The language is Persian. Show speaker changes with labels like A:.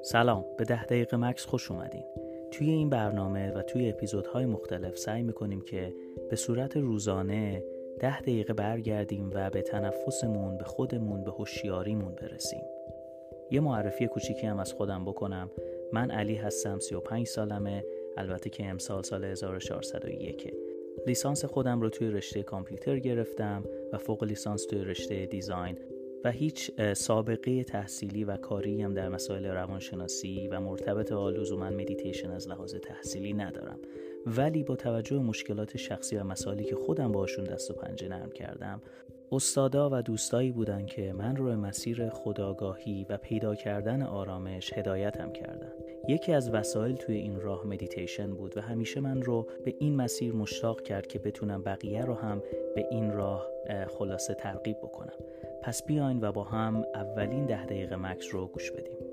A: سلام، به 10 دقیقه مکس خوش اومدین. توی این برنامه و توی اپیزودهای مختلف سعی میکنیم که به صورت روزانه 10 دقیقه برگردیم و به تنفسمون، به خودمون، به هوشیاریمون برسیم. یه معرفی کوچیکی هم از خودم بکنم. من علی هستم، 35 سالمه، البته که امسال سال 1401. لیسانس خودم رو توی رشته کامپیوتر گرفتم و فوق لیسانس توی رشته دیزاین و هیچ سابقه تحصیلی و کاری هم در مسائل روانشناسی و مرتبط با لزوما مدیتیشن از لحاظ تحصیلی ندارم، ولی با توجه به مشکلات شخصی و مسائلی که خودم باشون دست و پنجه نرم کردم، استادا و دوستایی بودن که من رو به مسیر خودآگاهی و پیدا کردن آرامش هدایتم کردن. یکی از وسایل توی این راه مدیتیشن بود و همیشه من رو به این مسیر مشتاق کرد که بتونم بقیه رو هم به این راه خلاصه ترغیب بکنم. پس بیاین و با هم اولین 10 دقیقه مکس رو گوش بدیم.